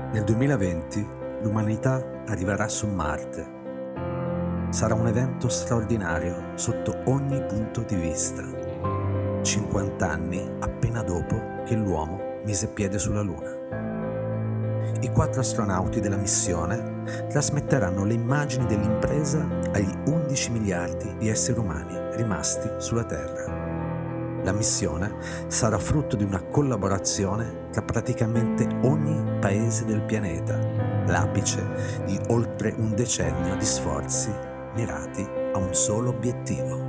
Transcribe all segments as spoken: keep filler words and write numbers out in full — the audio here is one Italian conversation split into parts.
Nel duemilaventi l'umanità arriverà su Marte. Sarà un evento straordinario sotto ogni punto di vista. cinquanta anni appena dopo che l'uomo mise piede sulla Luna. I quattro astronauti della missione trasmetteranno le immagini dell'impresa agli undici miliardi di esseri umani rimasti sulla Terra. La missione sarà frutto di una collaborazione tra praticamente ogni paese del pianeta, l'apice di oltre un decennio di sforzi mirati a un solo obiettivo.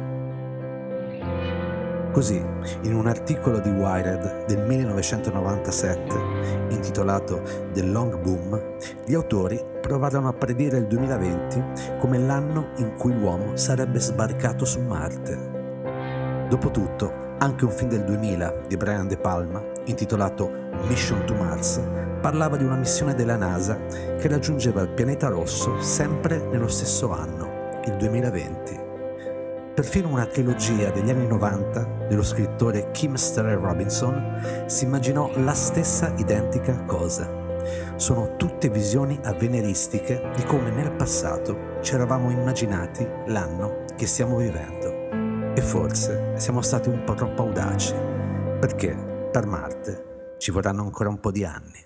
Così, in un articolo di Wired del millenovecentonovantasette, intitolato The Long Boom, gli autori provarono a predire il duemilaventi come l'anno in cui l'uomo sarebbe sbarcato su Marte. Dopotutto, anche un film del duemila di Brian De Palma, intitolato Mission to Mars, parlava di una missione della NASA che raggiungeva il pianeta rosso sempre nello stesso anno, il duemilaventi. Perfino una trilogia degli anni novanta dello scrittore Kim Stanley Robinson si immaginò la stessa identica cosa. Sono tutte visioni avveniristiche di come nel passato ci eravamo immaginati l'anno che stiamo vivendo. E forse siamo stati un po' troppo audaci, perché per Marte ci vorranno ancora un po' di anni.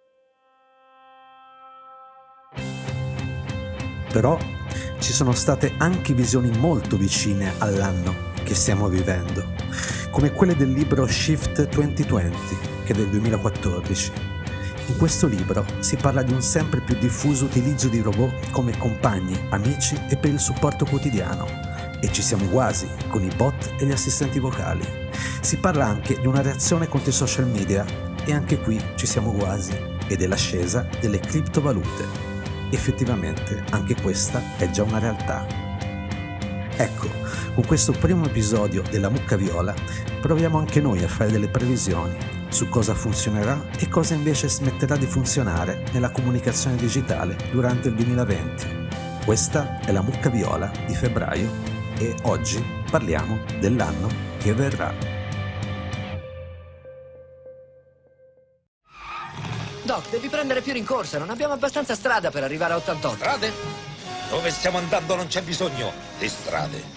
Però ci sono state anche visioni molto vicine all'anno che stiamo vivendo, come quelle del libro Shift duemilaventi, che è del duemilaquattordici. In questo libro si parla di un sempre più diffuso utilizzo di robot come compagni, amici e per il supporto quotidiano. E ci siamo quasi con i bot e gli assistenti vocali. Si parla anche di una reazione contro i social media e anche qui ci siamo quasi, e dell'ascesa delle criptovalute. Effettivamente anche questa è già una realtà. Ecco, con questo primo episodio della Mucca Viola proviamo anche noi a fare delle previsioni su cosa funzionerà e cosa invece smetterà di funzionare nella comunicazione digitale durante il duemilaventi. Questa è la Mucca Viola di febbraio e oggi parliamo dell'anno che verrà. Doc, devi prendere più rincorsa, non abbiamo abbastanza strada per arrivare a ottantotto. Strade? Dove stiamo andando non c'è bisogno di strade.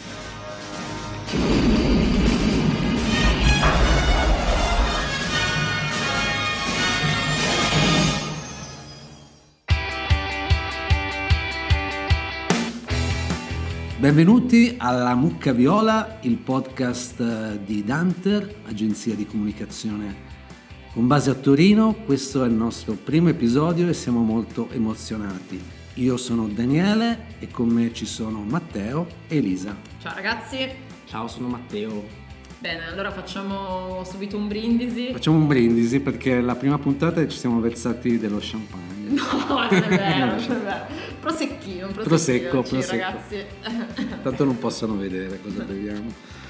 Benvenuti alla Mucca Viola, il podcast di Danter, agenzia di comunicazione con base a Torino. Questo è il nostro primo episodio e siamo molto emozionati. Io sono Daniele e con me ci sono Matteo e Elisa. Ciao ragazzi. Ciao, sono Matteo. Bene, allora facciamo subito un brindisi. Facciamo un brindisi perché la prima puntata ci siamo versati dello champagne. No, non è vero, non è vero. Prosecchino, un prosecco, prosecco. Ragazzi. Tanto non possono vedere cosa beviamo.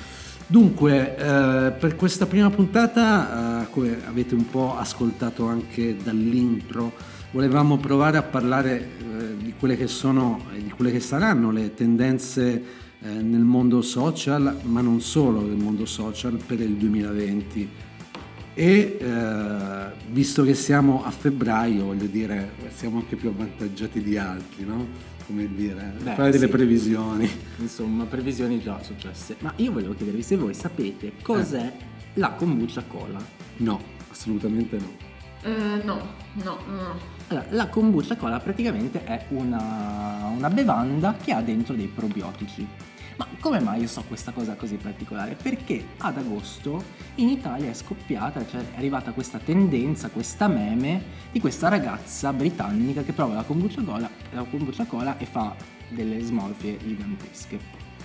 Dunque, eh, per questa prima puntata, eh, come avete un po' ascoltato anche dall'intro, volevamo provare a parlare eh, di quelle che sono e di quelle che saranno le tendenze eh, nel mondo social, ma non solo nel mondo social, per il duemilaventi. E eh, visto che siamo a febbraio, voglio dire, siamo anche più avvantaggiati di altri, no? Come dire, Beh, fare delle sì. previsioni. Insomma, previsioni già successe. Ma io volevo chiedervi se voi sapete cos'è eh. la kombucha cola. No, assolutamente no. Uh, no, no, no. Allora, la kombucha cola praticamente è una, una bevanda che ha dentro dei probiotici. Ma come mai io so questa cosa così particolare? Perché ad agosto in Italia è scoppiata, cioè è arrivata questa tendenza, questa meme di questa ragazza britannica che prova la kombucha cola, la kombucha cola e fa delle smorfie gigantesche.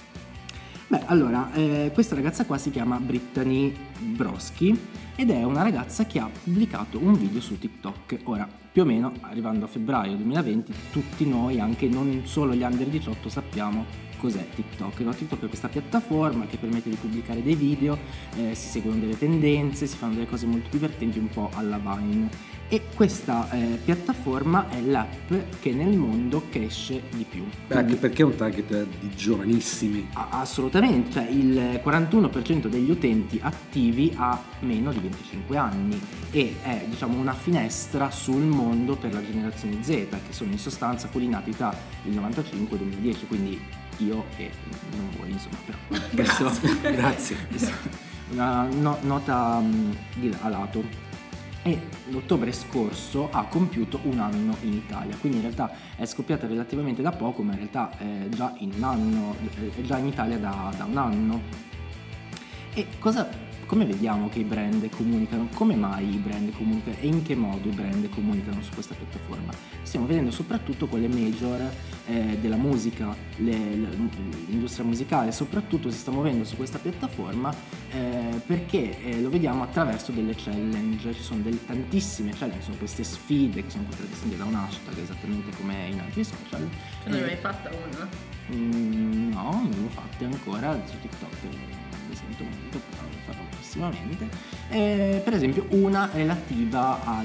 Beh, allora, eh, questa ragazza qua si chiama Brittany Broski ed è una ragazza che ha pubblicato un video su TikTok. Ora, più o meno, arrivando a febbraio duemilaventi, tutti noi, anche non solo gli under diciotto, sappiamo cos'è TikTok. No? TikTok è questa piattaforma che permette di pubblicare dei video, eh, si seguono delle tendenze, si fanno delle cose molto divertenti, un po' alla Vine. E questa eh, piattaforma è l'app che nel mondo cresce di più. Beh, anche perché è un target di giovanissimi. A- assolutamente, cioè il quarantuno per cento degli utenti attivi ha meno di venticinque anni e è, diciamo, una finestra sul mondo per la generazione Z, che sono in sostanza quelli nati tra il novantacinque e il duemiladieci, quindi io e non voi, insomma, però questo, grazie. Una no- nota mh, di là, a lato. E l'ottobre scorso ha compiuto un anno in Italia, quindi in realtà è scoppiata relativamente da poco, ma in realtà è già in un anno, è già in Italia da, da un anno. E cosa, come vediamo che i brand comunicano? Come mai i brand comunicano e in che modo i brand comunicano su questa piattaforma? Stiamo vedendo soprattutto con le major eh, della musica, le, le, l'industria musicale soprattutto si sta muovendo su questa piattaforma eh, perché eh, lo vediamo attraverso delle challenge. Ci sono delle, tantissime challenge, sono queste sfide che sono contraddistinte da un hashtag, esattamente come in altri social. Tu non ne hai mai fatta una? Mm, no, non l'ho fatte ancora su TikTok, mi sento molto, però lo farò prossimamente. Eh, per esempio una relativa al,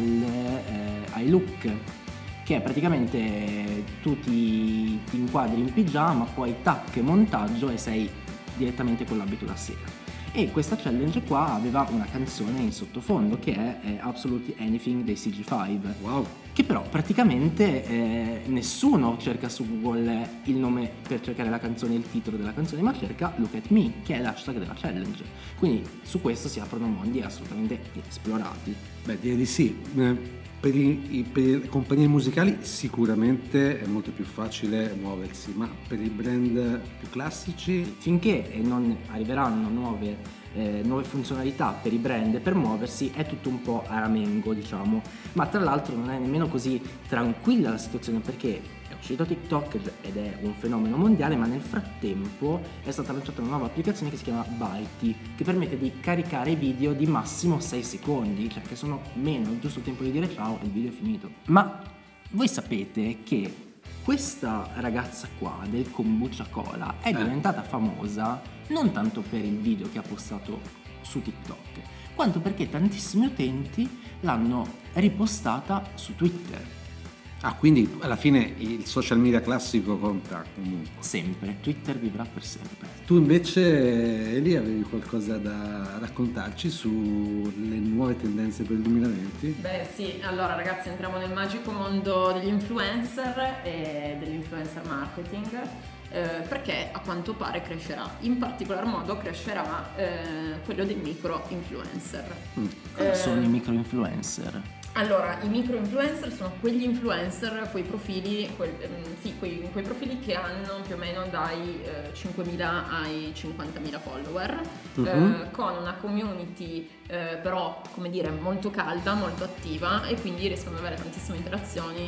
eh, ai look, che è praticamente tu ti, ti inquadri in pigiama, poi tac, montaggio e sei direttamente con l'abito da sera. E questa challenge qua aveva una canzone in sottofondo che è, è Absolutely Anything dei C G cinque. Wow. Che però praticamente eh, nessuno cerca su Google il nome per cercare la canzone, il titolo della canzone, ma cerca Look at Me, che è l'hashtag della challenge. Quindi su questo si aprono mondi assolutamente inesplorati. Beh, direi di sì. Eh, per, i, i- per le compagnie musicali sicuramente è molto più facile muoversi, ma per i brand più classici Finché eh, non arriveranno nuove, eh, nuove funzionalità per i brand per muoversi è tutto un po' a ramengo, diciamo. Ma tra l'altro non è nemmeno così tranquilla la situazione, perché è uscito TikTok ed è un fenomeno mondiale, ma nel frattempo è stata lanciata una nuova applicazione che si chiama Byte, che permette di caricare video di massimo sei secondi, cioè che sono meno, il giusto tempo di dire ciao e il video è finito. Ma voi sapete che questa ragazza qua del kombucha cola è diventata famosa non tanto per il video che ha postato su TikTok, quanto perché tantissimi utenti l'hanno ripostata su Twitter. Ah, quindi alla fine il social media classico conta comunque. Sempre, Twitter vivrà per sempre. Tu invece, Eli, avevi qualcosa da raccontarci sulle nuove tendenze per il duemilaventi? Beh sì, allora ragazzi, entriamo nel magico mondo degli influencer e dell'influencer marketing, eh, perché a quanto pare crescerà, in particolar modo crescerà eh, quello dei micro influencer. Cosa Eh, sono i micro influencer? Allora, i micro influencer sono quegli influencer, quei profili, quel- ehm, sì, quei, quei profili che hanno più o meno dai eh, cinquemila ai cinquantamila follower, eh, con una community eh, però, come dire, molto calda, molto attiva, e quindi riescono ad avere tantissime interazioni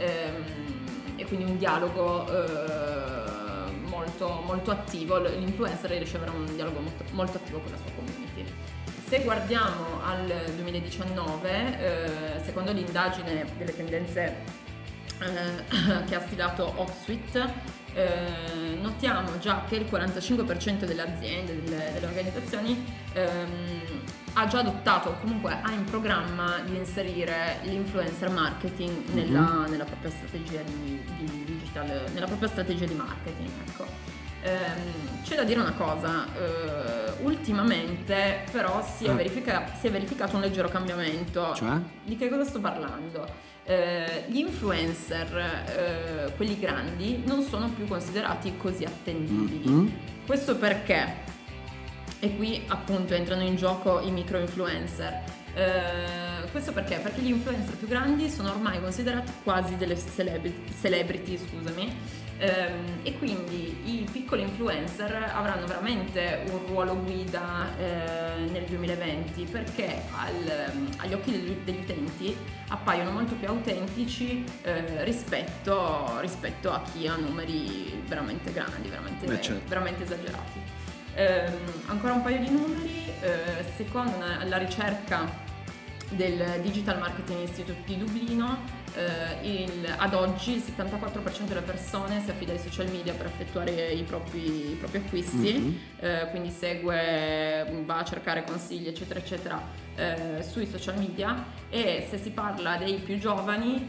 ehm, e quindi un dialogo eh, molto, molto attivo. L'influencer riesce ad avere un dialogo molto, molto attivo con la sua community. Se guardiamo al duemiladiciannove, eh, secondo l'indagine delle tendenze eh, che ha stilato Hotsuite, eh, notiamo già che il quarantacinque per cento delle aziende, delle, delle organizzazioni ehm, ha già adottato o comunque ha in programma di inserire l'influencer marketing nella, nella propria strategia di, di digital, nella propria strategia di marketing, ecco. Ehm, c'è da dire una cosa, eh, ultimamente però si è, Ah. verifica- si è verificato un leggero cambiamento. Cioè? Di che cosa sto parlando? Eh, gli influencer, eh, quelli grandi, non sono più considerati così attendibili. Mhm. Questo perché? E qui appunto entrano in gioco i micro influencer. Eh, questo perché? Perché gli influencer più grandi sono ormai considerati quasi delle celebrity, celebrity, scusami. Ehm, e quindi i piccoli influencer avranno veramente un ruolo guida eh, nel duemilaventi, perché al- agli occhi degli, degli utenti appaiono molto più autentici eh, rispetto, rispetto a chi ha numeri veramente grandi, veramente, Beh, certo. veramente esagerati. Ehm, ancora un paio di numeri, eh, secondo una- la ricerca del Digital Marketing Institute di Dublino, eh, il, ad oggi il settantaquattro per cento delle persone si affida ai social media per effettuare i propri, i propri acquisti, mm-hmm. eh, quindi segue, va a cercare consigli eccetera eccetera eh, sui social media, e se si parla dei più giovani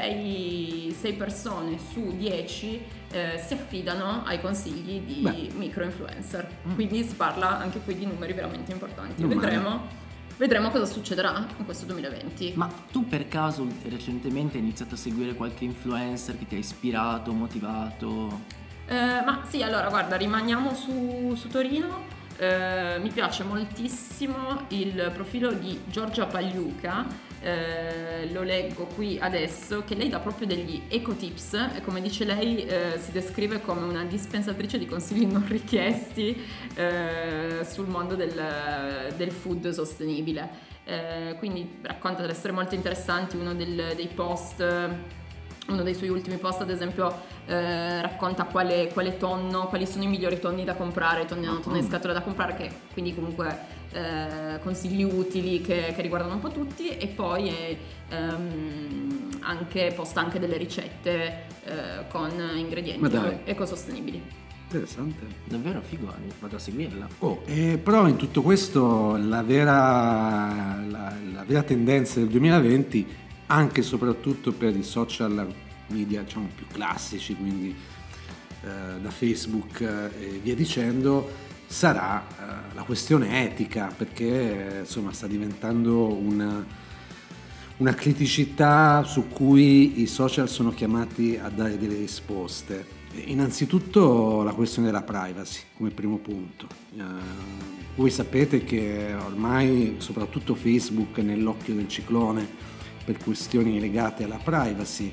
sei persone su dieci eh, si affidano ai consigli di Beh. micro influencer, mm. quindi si parla anche qui di numeri veramente importanti. Non vedremo male. Vedremo cosa succederà in questo duemilaventi. Ma tu per caso recentemente hai iniziato a seguire qualche influencer che ti ha ispirato, motivato? Eh, ma sì, allora guarda, rimaniamo su, su Torino. Eh, mi piace moltissimo il profilo di Giorgia Pagliuca, eh, lo leggo qui adesso, che lei dà proprio degli eco tips e come dice lei eh, si descrive come una dispensatrice di consigli non richiesti eh, sul mondo del, del food sostenibile, eh, quindi racconta delle storie molto interessanti. Uno del, dei post Uno dei suoi ultimi post, ad esempio, eh, racconta quale, quale tonno, quali sono i migliori tonni da comprare, tonni, uh-huh. tonno in scatola da comprare, che quindi comunque eh, consigli utili che, che riguardano un po' tutti, e poi è, ehm, anche posta anche delle ricette eh, con ingredienti ecosostenibili. Interessante. Davvero figo, vado a seguirla. Oh, eh, però in tutto questo la vera, la, la vera tendenza del duemilaventi, anche e soprattutto per i social media diciamo più classici, quindi eh, da Facebook e via dicendo, sarà eh, la questione etica, perché eh, insomma sta diventando una, una criticità su cui i social sono chiamati a dare delle risposte. Innanzitutto la questione della privacy come primo punto. Eh, voi sapete che ormai soprattutto Facebook è nell'occhio del ciclone per questioni legate alla privacy,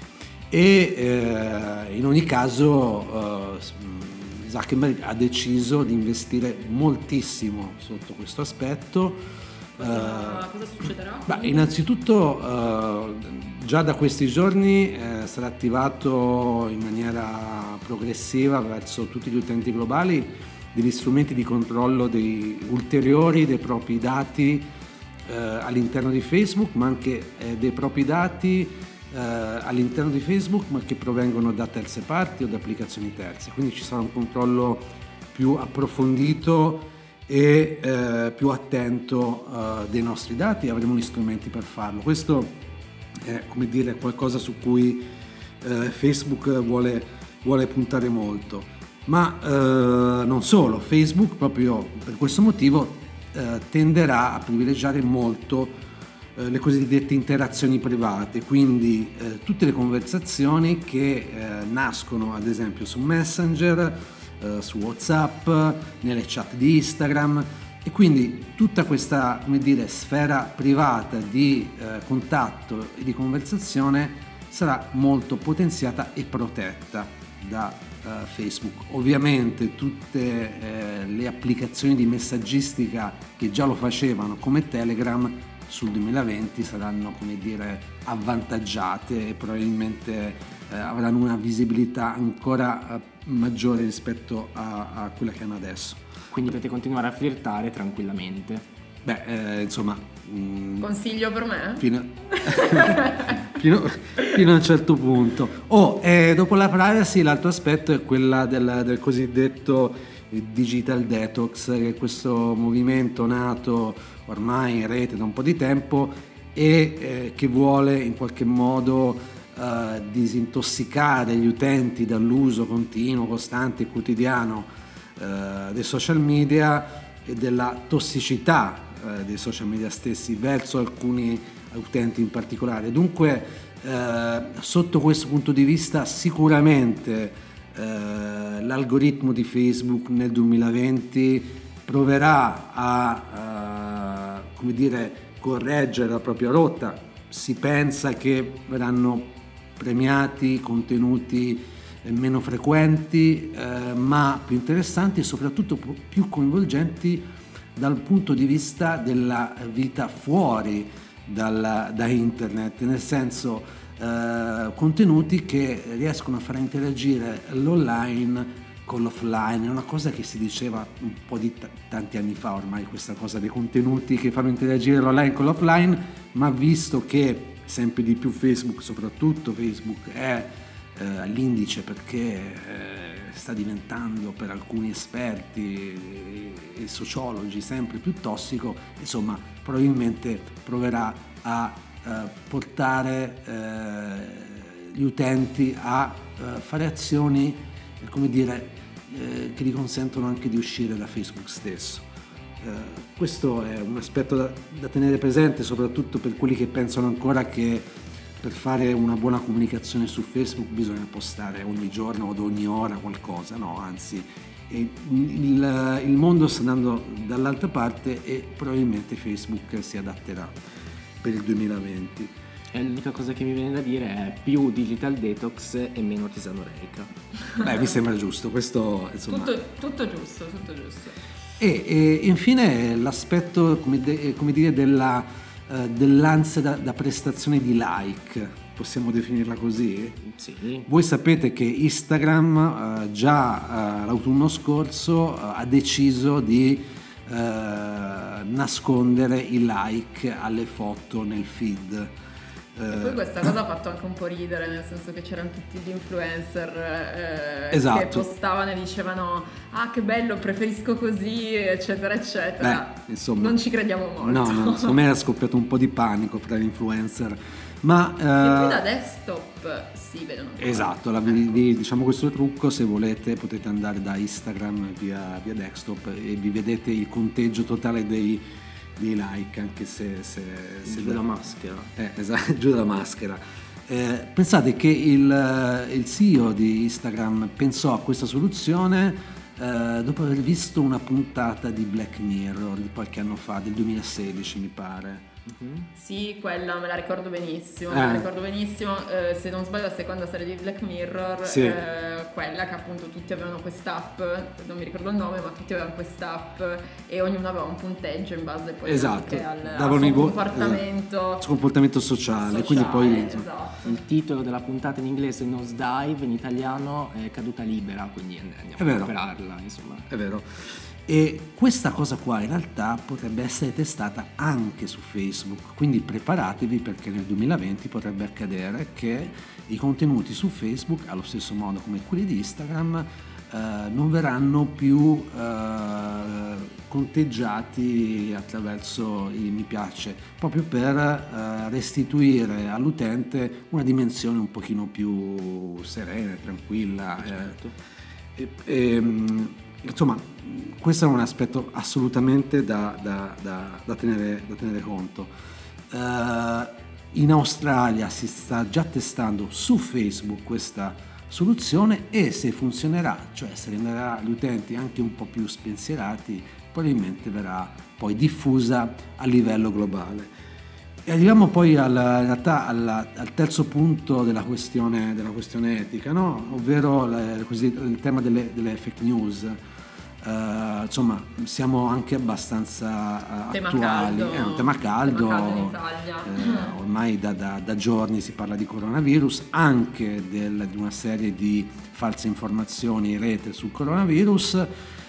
e eh, in ogni caso eh, Zuckerberg ha deciso di investire moltissimo sotto questo aspetto. Cosa, uh, cosa succederà? Beh, innanzitutto uh, già da questi giorni eh, sarà attivato in maniera progressiva verso tutti gli utenti globali degli strumenti di controllo dei, ulteriori dei propri dati eh, all'interno di Facebook, ma anche eh, dei propri dati eh, all'interno di Facebook ma che provengono da terze parti o da applicazioni terze. Quindi ci sarà un controllo più approfondito e eh, più attento uh, dei nostri dati, avremo gli strumenti per farlo. Questo è, come dire, qualcosa su cui eh, Facebook vuole, vuole puntare molto, ma eh, non solo. Facebook proprio per questo motivo eh, tenderà a privilegiare molto eh, le cosiddette interazioni private, quindi eh, tutte le conversazioni che eh, nascono ad esempio su Messenger, Uh, su WhatsApp, nelle chat di Instagram, e quindi tutta questa, come dire, sfera privata di uh, contatto e di conversazione sarà molto potenziata e protetta da uh, Facebook. Ovviamente tutte uh, le applicazioni di messaggistica che già lo facevano, come Telegram, sul duemilaventi saranno, come dire, avvantaggiate e probabilmente uh, avranno una visibilità ancora uh, maggiore rispetto a, a quella che hanno adesso. Quindi potete continuare a flirtare tranquillamente. Beh, eh, insomma... Mh, consiglio per me? Fino, fino, fino a un certo punto. Oh, e dopo la privacy l'altro aspetto è quella del, del cosiddetto digital detox, che è questo movimento nato ormai in rete da un po' di tempo e eh, che vuole in qualche modo Uh, disintossicare gli utenti dall'uso continuo, costante e quotidiano uh, dei social media e della tossicità uh, dei social media stessi verso alcuni utenti in particolare. Dunque uh, sotto questo punto di vista sicuramente uh, l'algoritmo di Facebook nel duemilaventi proverà a uh, come dire, correggere la propria rotta. Si pensa che verranno premiati contenuti meno frequenti eh, ma più interessanti e soprattutto più coinvolgenti dal punto di vista della vita fuori dal, da internet, nel senso eh, contenuti che riescono a far interagire l'online con l'offline. È una cosa che si diceva un po' di t- tanti anni fa ormai, questa cosa dei contenuti che fanno interagire l'online con l'offline, ma visto che sempre di più Facebook, soprattutto Facebook, è eh, all'indice perché eh, sta diventando per alcuni esperti e, e sociologi sempre più tossico, insomma probabilmente proverà a eh, portare eh, gli utenti a eh, fare azioni, eh, come dire, eh, che gli consentono anche di uscire da Facebook stesso. Eh, questo è un aspetto da, da tenere presente, soprattutto per quelli che pensano ancora che per fare una buona comunicazione su Facebook bisogna postare ogni giorno o ad ogni ora qualcosa, no, anzi il, il, il mondo sta andando dall'altra parte e probabilmente Facebook si adatterà per il duemilaventi. E l'unica cosa che mi viene da dire è più digital detox e meno tisana oreica. Beh, mi sembra giusto, questo insomma... Tutto, tutto giusto, tutto giusto. E, e infine l'aspetto, come, de, come dire, della, uh, dell'ansia da, da prestazione di like, possiamo definirla così? Sì. Voi sapete che Instagram uh, già uh, l'autunno scorso uh, ha deciso di uh, nascondere i like alle foto nel feed. E poi questa cosa ha fatto anche un po' ridere, nel senso che c'erano tutti gli influencer eh, esatto. che postavano e dicevano ah che bello, preferisco così, eccetera eccetera. Beh, insomma, non ci crediamo molto. No, no, secondo me era scoppiato un po' di panico fra gli influencer, ma e eh, poi da desktop si vedono. esatto, la, vi, vi, diciamo questo trucco, se volete potete andare da Instagram via, via desktop e vi vedete il conteggio totale dei di like, anche se, se, se giù da, la maschera eh, esatto, giù dalla maschera. Eh, pensate che il, il C E O di Instagram pensò a questa soluzione eh, dopo aver visto una puntata di Black Mirror di qualche anno fa, del duemilasedici mi pare. Mm-hmm. Sì, quella me la ricordo benissimo, eh. me la ricordo benissimo, eh, se non sbaglio la seconda serie di Black Mirror, sì. eh, quella che appunto tutti avevano quest'app, non mi ricordo il nome, ma tutti avevano quest'app e ognuno aveva un punteggio in base poi esatto. anche al, al Davano suo i vo- comportamento, esatto. suo comportamento sociale, sociale, quindi poi esatto. Il titolo della puntata in inglese è Nosedive, in italiano è Caduta libera, quindi andiamo è vero. a recuperarla, insomma. È vero. E questa cosa qua in realtà potrebbe essere testata anche su Facebook, quindi preparatevi perché nel duemilaventi potrebbe accadere che i contenuti su Facebook, allo stesso modo come quelli di Instagram, eh, non verranno più eh, conteggiati attraverso i mi piace, proprio per eh, restituire all'utente una dimensione un pochino più serena, tranquilla. Certo. Eh, e, e, insomma, questo è un aspetto assolutamente da, da, da, da, tenere, da tenere conto. Uh, in Australia si sta già testando su Facebook questa soluzione e se funzionerà, cioè se renderà gli utenti anche un po' più spensierati, probabilmente verrà poi diffusa a livello globale. E arriviamo poi alla, in realtà alla, al terzo punto della questione, della questione etica, no? Ovvero le, così, il tema delle, delle fake news. Uh, insomma, siamo anche abbastanza uh, tema attuali, caldo, è un tema caldo, tema caldo in Italia. Eh, ormai da, da, da giorni si parla di coronavirus, anche del, di una serie di false informazioni in rete sul coronavirus.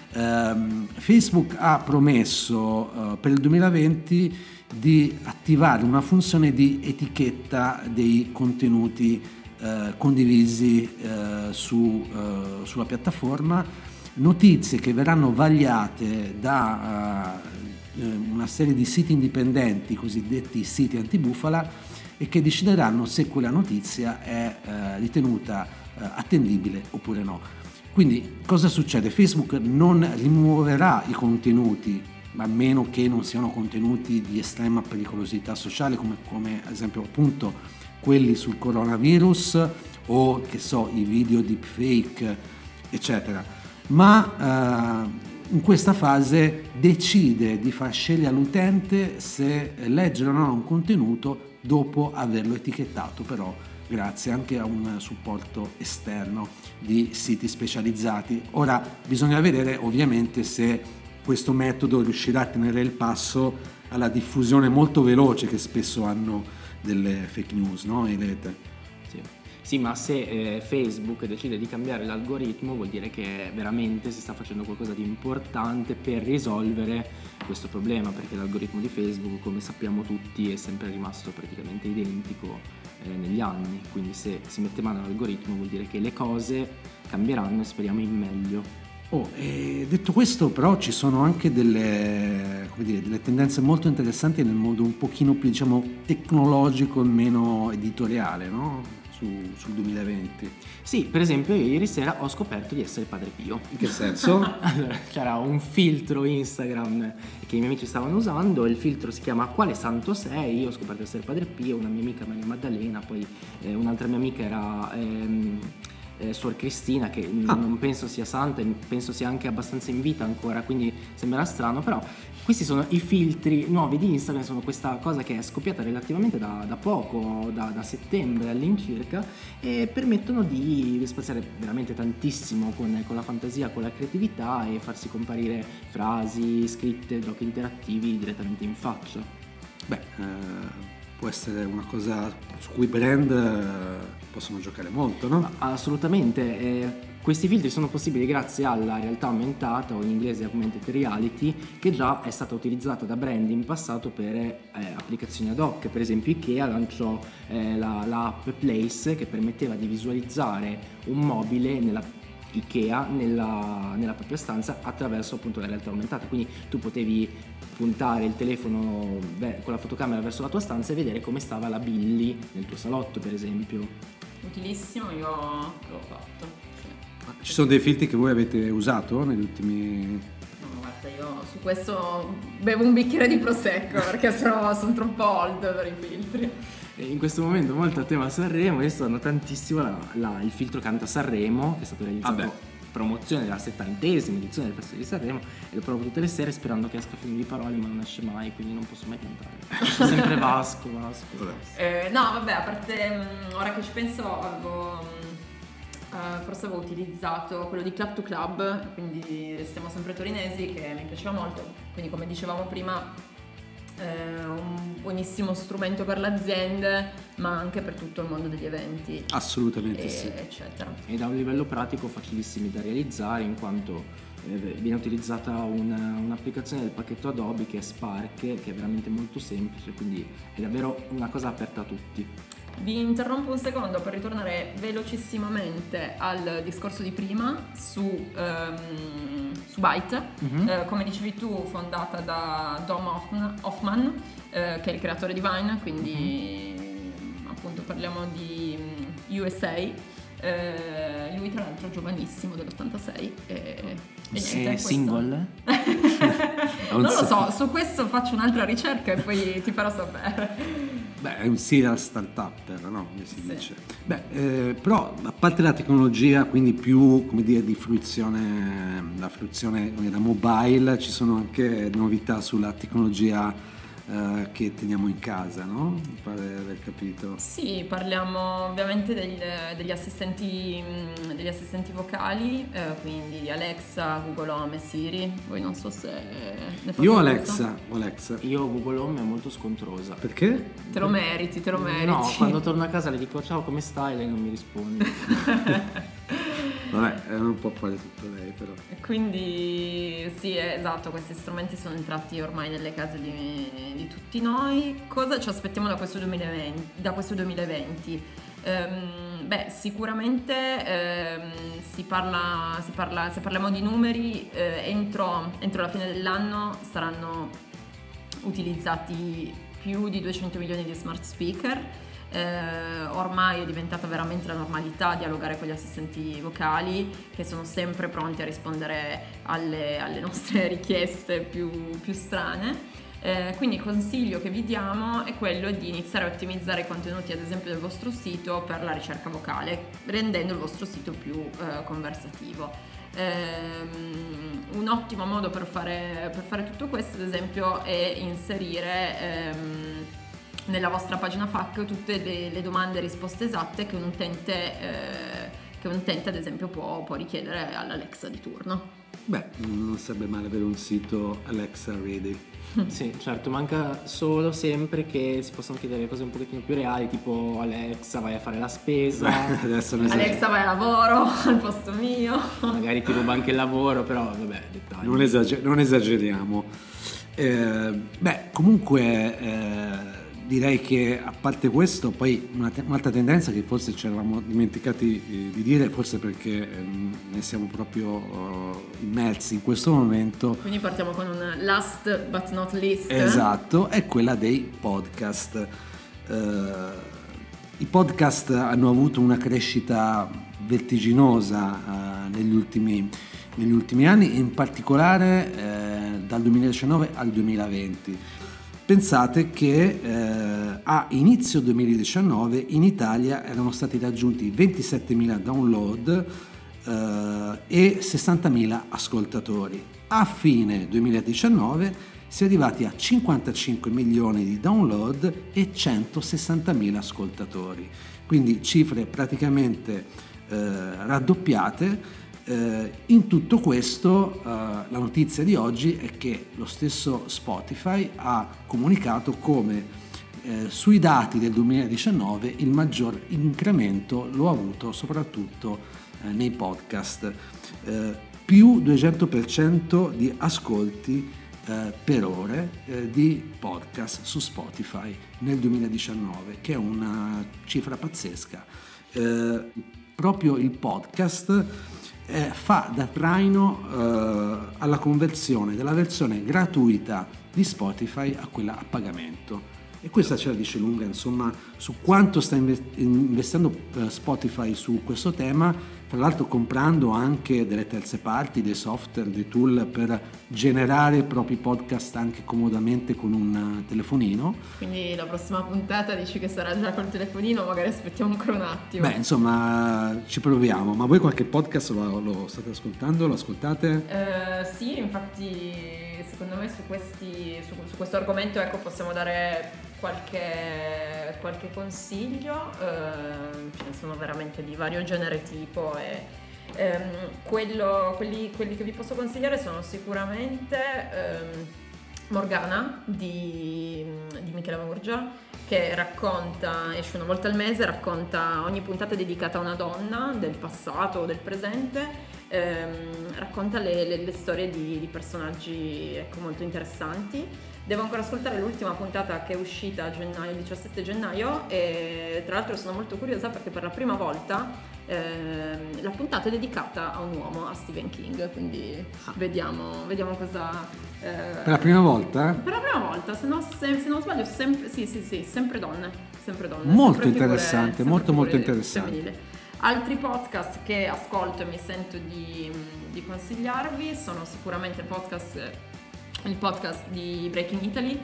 Uh, Facebook ha promesso uh, per il duemilaventi di attivare una funzione di etichetta dei contenuti uh, condivisi uh, su, uh, sulla piattaforma, notizie che verranno vagliate da uh, una serie di siti indipendenti, cosiddetti siti antibufala, e che decideranno se quella notizia è uh, ritenuta uh, attendibile oppure no. Quindi cosa succede? Facebook non rimuoverà i contenuti, a meno che non siano contenuti di estrema pericolosità sociale, come, come ad esempio appunto quelli sul coronavirus o che so i video deepfake eccetera. Ma eh, in questa fase decide di far scegliere all'utente se leggere o no un contenuto dopo averlo etichettato, però grazie anche a un supporto esterno di siti specializzati. Ora bisogna vedere ovviamente se questo metodo riuscirà a tenere il passo alla diffusione molto veloce che spesso hanno delle fake news, no? In rete. Sì. Sì, ma se eh, Facebook decide di cambiare l'algoritmo vuol dire che veramente si sta facendo qualcosa di importante per risolvere questo problema, perché l'algoritmo di Facebook, come sappiamo tutti, è sempre rimasto praticamente identico eh, negli anni, quindi se si mette mano all'algoritmo vuol dire che le cose cambieranno e speriamo in meglio. Oh, e detto questo, però ci sono anche delle, come dire, delle tendenze molto interessanti nel mondo un pochino più, diciamo, tecnologico e meno editoriale, no? Su, sul duemilaventi. Sì, per esempio io ieri sera ho scoperto di essere Padre Pio. In che senso? Allora, c'era un filtro Instagram che i miei amici stavano usando, il filtro si chiama Quale santo sei? Io ho scoperto di essere Padre Pio, una mia amica Maria Maddalena, poi eh, un'altra mia amica era ehm, eh, Suor Cristina, che ah. non penso sia santa, penso sia anche abbastanza in vita ancora, quindi sembrerà strano, però questi sono i filtri nuovi di Instagram, sono questa cosa che è scoppiata relativamente da, da poco, da, da settembre all'incirca, e permettono di spaziare veramente tantissimo con, con la fantasia, con la creatività e farsi comparire frasi, scritte, giochi interattivi direttamente in faccia. Beh, eh, può essere una cosa su cui i brand eh, possono giocare molto, no? Assolutamente. Eh, Questi filtri sono possibili grazie alla realtà aumentata, o in inglese augmented reality, che già è stata utilizzata da brand in passato per eh, applicazioni ad hoc. Per esempio Ikea lanciò eh, la, l'app Place, che permetteva di visualizzare un mobile nella Ikea nella, nella propria stanza attraverso appunto la realtà aumentata, quindi tu potevi puntare il telefono con la fotocamera verso la tua stanza e vedere come stava la Billy nel tuo salotto, per esempio. Utilissimo, io l'ho fatto. Ci sono dei filtri che voi avete usato negli ultimi... No, guarda, io su questo bevo un bicchiere di prosecco perché sennò sono troppo old per i filtri. E in questo momento molto a tema Sanremo, io sto dando tantissimo la, la, il filtro Canta Sanremo, che è stato realizzato ah promozione della settantesima edizione del Festival di Sanremo, e lo provo tutte le sere sperando che esca film di parole, ma non esce mai, quindi non posso mai cantare. C'è sempre Vasco, Vasco. Eh, no, vabbè, a parte ora che ci penso, avevo... Uh, forse avevo utilizzato quello di Club to Club, quindi restiamo sempre torinesi, che mi piaceva molto, quindi come dicevamo prima eh, un buonissimo strumento per le aziende, ma anche per tutto il mondo degli eventi. Assolutamente e, sì. Eccetera. E da un livello pratico facilissimi da realizzare, in quanto eh, viene utilizzata una, un'applicazione del pacchetto Adobe che è Spark, che è veramente molto semplice, quindi è davvero una cosa aperta a tutti. Vi interrompo un secondo per ritornare velocissimamente al discorso di prima su, um, su Byte, mm-hmm. eh, come dicevi tu, fondata da Dom Hoffman, Hoffman eh, che è il creatore di Vine, quindi mm-hmm. appunto parliamo di U S A. Eh, lui tra l'altro giovanissimo, dell'ottantasei, e, e è single? Non lo so, su questo faccio un'altra ricerca e poi ti farò sapere. Beh, è un serial start-up, no? Come si sì. dice. Beh, eh, però a parte la tecnologia, quindi più, come dire, di fruizione, la fruizione da mobile, ci sono anche novità sulla tecnologia Uh, che teniamo in casa, no? Mi pare di aver capito. Sì, parliamo ovviamente del, degli assistenti degli assistenti vocali, eh, quindi di Alexa, Google Home e Siri. Voi non so se ne fate Io uso. Alexa, Alexa. Io Google Home è molto scontrosa. Perché? Te lo meriti, te lo meriti. No, quando torno a casa le dico ciao, come stai? Lei non mi risponde. Vabbè, non può fare tutto lei, però. Quindi sì, esatto, questi strumenti sono entrati ormai nelle case di, di tutti noi. Cosa ci aspettiamo da questo duemilaventi? Da questo duemilaventi? Um, beh, sicuramente um, si parla, si parla, se parliamo di numeri, eh, entro, entro la fine dell'anno saranno utilizzati più di duecento milioni di smart speaker. Eh, ormai è diventata veramente la normalità dialogare con gli assistenti vocali, che sono sempre pronti a rispondere alle, alle nostre richieste più, più strane. Eh, quindi il consiglio che vi diamo è quello di iniziare a ottimizzare i contenuti, ad esempio del vostro sito, per la ricerca vocale, rendendo il vostro sito più eh, conversativo. Um, un ottimo modo per fare, per fare tutto questo, ad esempio, è inserire um, nella vostra pagina F A Q tutte le, le domande e risposte esatte che un utente, eh, che un utente ad esempio può, può richiedere all'Alexa di turno. Beh, non sarebbe male avere un sito Alexa Ready. Sì, certo, manca solo sempre che si possono chiedere cose un pochettino più reali, tipo Alexa vai a fare la spesa. Adesso non Alexa esageriamo. vai a lavoro al posto mio. Magari ti ruba anche il lavoro, però vabbè, dettagli. Non, esager- non esageriamo. Eh, beh, comunque eh, direi che a parte questo, poi una te- un'altra tendenza che forse ci eravamo dimenticati eh, di dire, forse perché eh, ne siamo proprio eh, immersi in questo momento. Quindi partiamo con un last but not least. Esatto, è quella dei podcast. Eh, I podcast hanno avuto una crescita vertiginosa eh, negli ultimi, negli ultimi anni, in particolare eh, dal duemiladiciannove al duemilaventi. Pensate che eh, a inizio duemiladiciannove in Italia erano stati raggiunti ventisettemila download eh, e sessantamila ascoltatori. A fine duemiladiciannove si è arrivati a cinquantacinque milioni di download e centosessantamila ascoltatori, quindi cifre praticamente eh, raddoppiate. Eh, in tutto questo eh, la notizia di oggi è che lo stesso Spotify ha comunicato come eh, sui dati del duemiladiciannove il maggior incremento lo ha avuto soprattutto eh, nei podcast, eh, più duecento per cento di ascolti eh, per ore eh, di podcast su Spotify nel duemiladiciannove, che è una cifra pazzesca. Eh, proprio il podcast Eh, fa da traino eh, alla conversione della versione gratuita di Spotify a quella a pagamento, e questa ce la dice lunga insomma su quanto sta investendo eh, Spotify su questo tema, tra l'altro comprando anche delle terze parti, dei software, dei tool per generare i propri podcast anche comodamente con un telefonino. Quindi la prossima puntata dici che sarà già col telefonino, magari aspettiamo ancora un attimo. Beh, insomma, ci proviamo. Ma voi qualche podcast lo, lo state ascoltando? Lo ascoltate? Eh, sì, infatti secondo me su, questi, su, su questo argomento ecco, possiamo dare qualche, qualche consiglio, eh, ce ne sono veramente di vario genere tipo e ehm, quello, quelli, quelli che vi posso consigliare sono sicuramente ehm, Morgana di, di Michele Murgia, che racconta, esce una volta al mese, racconta ogni puntata dedicata a una donna del passato o del presente. Ehm, racconta le, le, le storie di, di personaggi ecco, molto interessanti. Devo ancora ascoltare l'ultima puntata che è uscita a gennaio, diciassette gennaio, e tra l'altro sono molto curiosa perché per la prima volta ehm, la puntata è dedicata a un uomo, a Stephen King, quindi Ah. vediamo, vediamo cosa... eh, Per la prima volta? per la prima volta, se, no, se, se non sbaglio, sempre, sì, sì, sì, sempre donne, sempre donne. Molto sempre figure- interessante, sempre molto, molto figure interessante. femminili. Altri podcast che ascolto e mi sento di, di consigliarvi sono sicuramente il podcast, il podcast di Breaking Italy,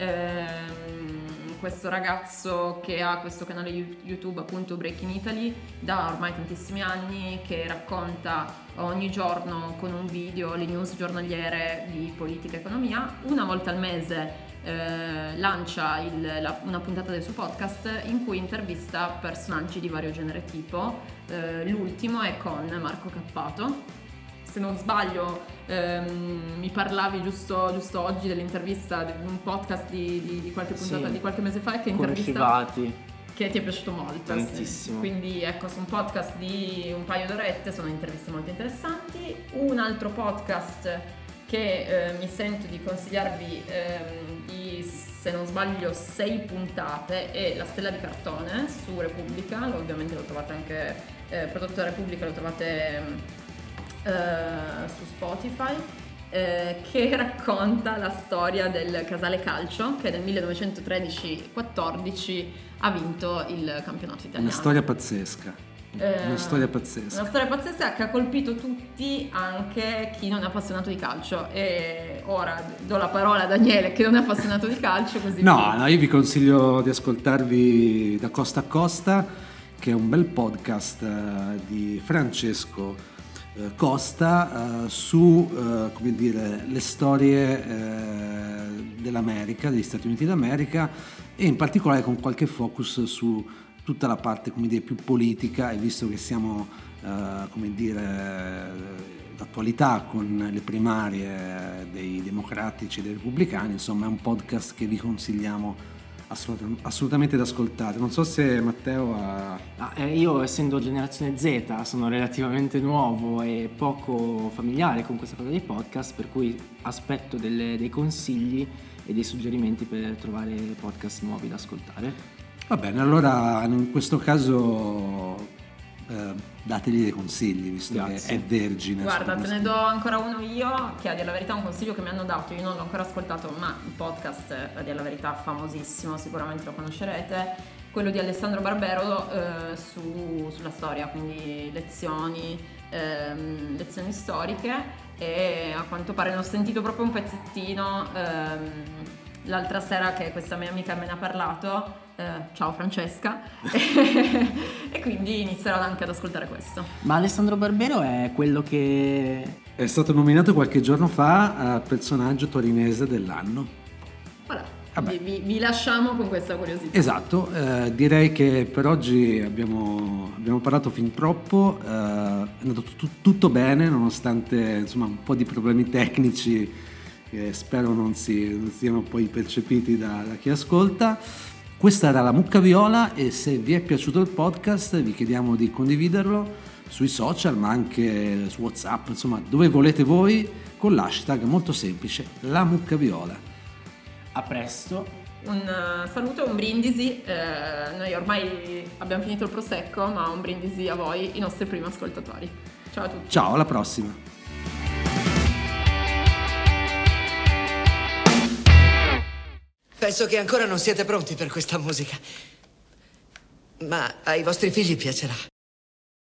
ehm, questo ragazzo che ha questo canale YouTube appunto Breaking Italy da ormai tantissimi anni, che racconta ogni giorno con un video le news giornaliere di politica e economia. Una volta al mese eh, lancia il, la, una puntata del suo podcast in cui intervista personaggi di vario genere tipo, eh, l'ultimo è con Marco Cappato. Se non sbaglio ehm, mi parlavi giusto, giusto oggi dell'intervista di un podcast di, di, di qualche puntata Sì. di qualche mese fa che Con intervista Scivati. che ti è piaciuto molto. Tantissimo. Sì. Quindi ecco, su un podcast di un paio d'orette sono interviste molto interessanti. Un altro podcast che eh, mi sento di consigliarvi ehm, di, se non sbaglio, sei puntate è La Stella di Cartone su Repubblica. Lo, ovviamente lo trovate anche eh, prodotto da Repubblica, lo trovate eh, su Spotify. Eh, che racconta la storia del Casale Calcio che nel millenovecentotredici quattordici ha vinto il campionato italiano. Una storia pazzesca. Eh, Una storia pazzesca. Una storia pazzesca che ha colpito tutti, anche chi non è appassionato di calcio. E ora do la parola a Daniele che non è appassionato di calcio, così No, vi- no, io vi consiglio di ascoltarvi Da Costa a Costa, che è un bel podcast eh, di Francesco eh, Costa eh, su eh, come dire, le storie eh, dell'America, degli Stati Uniti d'America, e in particolare con qualche focus su tutta la parte come dire, più politica, e visto che siamo eh, come dire, l'attualità con le primarie dei democratici e dei repubblicani. Insomma, è un podcast che vi consigliamo Assolut- assolutamente da ascoltare. Non so se Matteo ha... Ah, eh, io, essendo generazione Z, sono relativamente nuovo e poco familiare con questa cosa dei podcast, per cui aspetto delle- dei consigli e dei suggerimenti per trovare podcast nuovi da ascoltare. Va bene, allora in questo caso eh, dategli dei consigli, visto Grazie. che è vergine. Guarda, su te ne questo. do ancora uno io, che a dire la verità è un consiglio che mi hanno dato, io non l'ho ancora ascoltato, ma il podcast, a dire la verità, famosissimo, sicuramente lo conoscerete, quello di Alessandro Barbero eh, su- sulla storia, quindi lezioni, ehm, lezioni storiche, e a quanto pare ne ho sentito proprio un pezzettino ehm, l'altra sera che questa mia amica me ne ha parlato. Eh, ciao Francesca. E quindi inizierò anche ad ascoltare questo. Ma Alessandro Barbero è quello che... È stato nominato qualche giorno fa a personaggio torinese dell'anno. Voilà, Vabbè. vi, vi- vi lasciamo con questa curiosità. Esatto, eh, direi che per oggi abbiamo, abbiamo parlato fin troppo, eh, è andato tu- tutto bene nonostante insomma un po' di problemi tecnici che spero non, si, non siano poi percepiti da, da chi ascolta. Questa era la Mucca Viola e se vi è piaciuto il podcast vi chiediamo di condividerlo sui social ma anche su WhatsApp, insomma dove volete voi, con l'hashtag molto semplice, la Mucca Viola. A presto. Un eh, saluto e un brindisi, eh, noi ormai abbiamo finito il prosecco, ma un brindisi a voi, i nostri primi ascoltatori. Ciao a tutti. Ciao, alla prossima! Penso che ancora non siete pronti per questa musica. Ma ai vostri figli piacerà.